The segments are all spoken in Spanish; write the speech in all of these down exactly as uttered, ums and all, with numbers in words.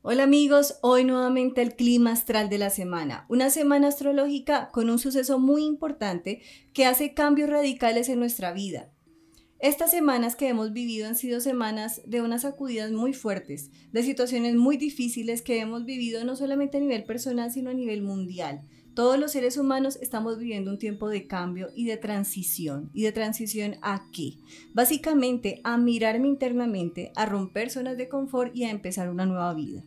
Hola amigos, hoy nuevamente el clima astral de la semana, una semana astrológica con un suceso muy importante que hace cambios radicales en nuestra vida. Estas semanas que hemos vivido han sido semanas de unas sacudidas muy fuertes, de situaciones muy difíciles que hemos vivido no solamente a nivel personal sino a nivel mundial. Todos los seres humanos estamos viviendo un tiempo de cambio y de transición. ¿Y de transición a qué? Básicamente a mirarme internamente, a romper zonas de confort y a empezar una nueva vida.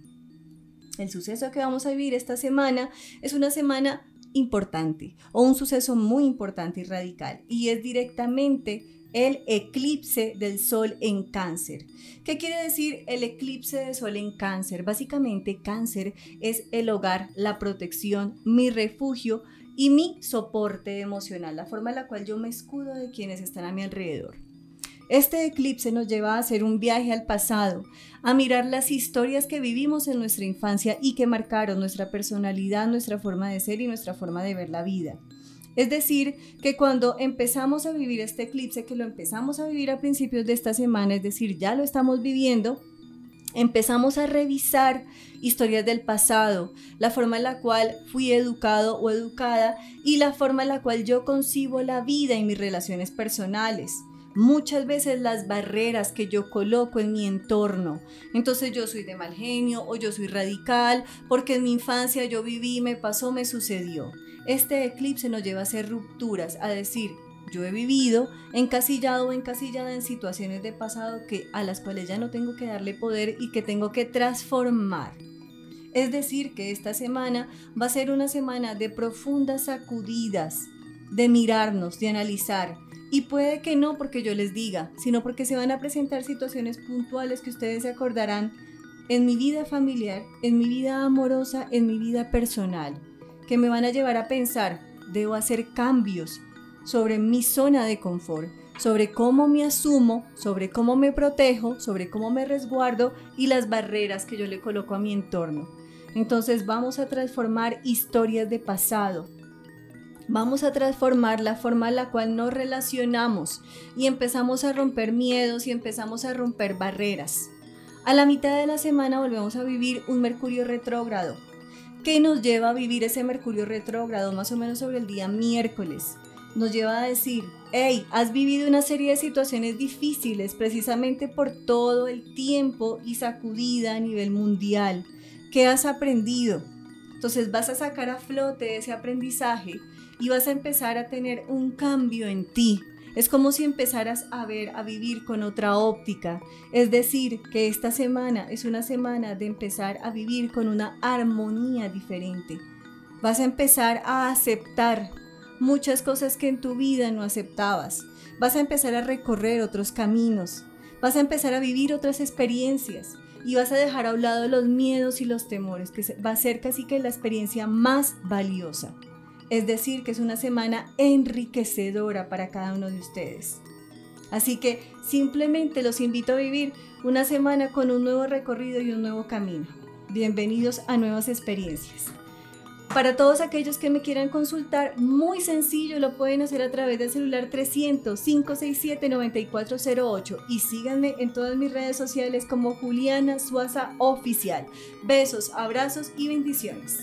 El suceso que vamos a vivir esta semana es una semana importante o un suceso muy importante y radical y es directamente el eclipse del Sol en Cáncer. ¿Qué quiere decir el eclipse del Sol en Cáncer? Básicamente Cáncer es el hogar, la protección, mi refugio y mi soporte emocional, la forma en la cual yo me escudo de quienes están a mi alrededor. Este eclipse nos lleva a hacer un viaje al pasado, a mirar las historias que vivimos en nuestra infancia y que marcaron nuestra personalidad, nuestra forma de ser y nuestra forma de ver la vida. Es decir, que cuando empezamos a vivir este eclipse, que lo empezamos a vivir a principios de esta semana, es decir, ya lo estamos viviendo, empezamos a revisar historias del pasado, la forma en la cual fui educado o educada y la forma en la cual yo concibo la vida y mis relaciones personales. Muchas veces las barreras que yo coloco en mi entorno, entonces yo soy de mal genio o yo soy radical porque en mi infancia yo viví, me pasó, me sucedió. Este eclipse nos lleva a hacer rupturas, a decir, yo he vivido encasillado o encasillada en situaciones de pasado que, a las cuales ya no tengo que darle poder y que tengo que transformar. Es decir, que esta semana va a ser una semana de profundas sacudidas, de mirarnos, de analizar. Y puede que no porque yo les diga, sino porque se van a presentar situaciones puntuales que ustedes se acordarán en mi vida familiar, en mi vida amorosa, en mi vida personal, que me van a llevar a pensar, debo hacer cambios sobre mi zona de confort, sobre cómo me asumo, sobre cómo me protejo, sobre cómo me resguardo y las barreras que yo le coloco a mi entorno. Entonces vamos a transformar historias de pasado. Vamos a transformar la forma en la cual nos relacionamos y empezamos a romper miedos y empezamos a romper barreras. A la mitad de la semana volvemos a vivir un Mercurio retrógrado. ¿Qué nos lleva a vivir ese Mercurio retrógrado? Más o menos sobre el día miércoles. Nos lleva a decir, hey, has vivido una serie de situaciones difíciles precisamente por todo el tiempo y sacudida a nivel mundial. ¿Qué has aprendido? Entonces vas a sacar a flote ese aprendizaje y vas a empezar a tener un cambio en ti. Es como si empezaras a ver, a vivir con otra óptica. Es decir, que esta semana es una semana de empezar a vivir con una armonía diferente. Vas a empezar a aceptar muchas cosas que en tu vida no aceptabas. Vas a empezar a recorrer otros caminos. Vas a empezar a vivir otras experiencias. Y vas a dejar a un lado los miedos y los temores, que va a ser casi que la experiencia más valiosa. Es decir, que es una semana enriquecedora para cada uno de ustedes. Así que simplemente los invito a vivir una semana con un nuevo recorrido y un nuevo camino. Bienvenidos a nuevas experiencias. Para todos aquellos que me quieran consultar, muy sencillo, lo pueden hacer a través del celular trescientos, cinco seis siete, nueve cuatro cero ocho y síganme en todas mis redes sociales como Juliana Suaza Oficial. Besos, abrazos y bendiciones.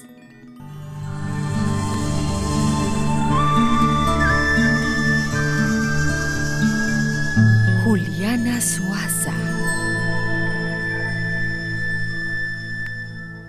Juliana Suaza.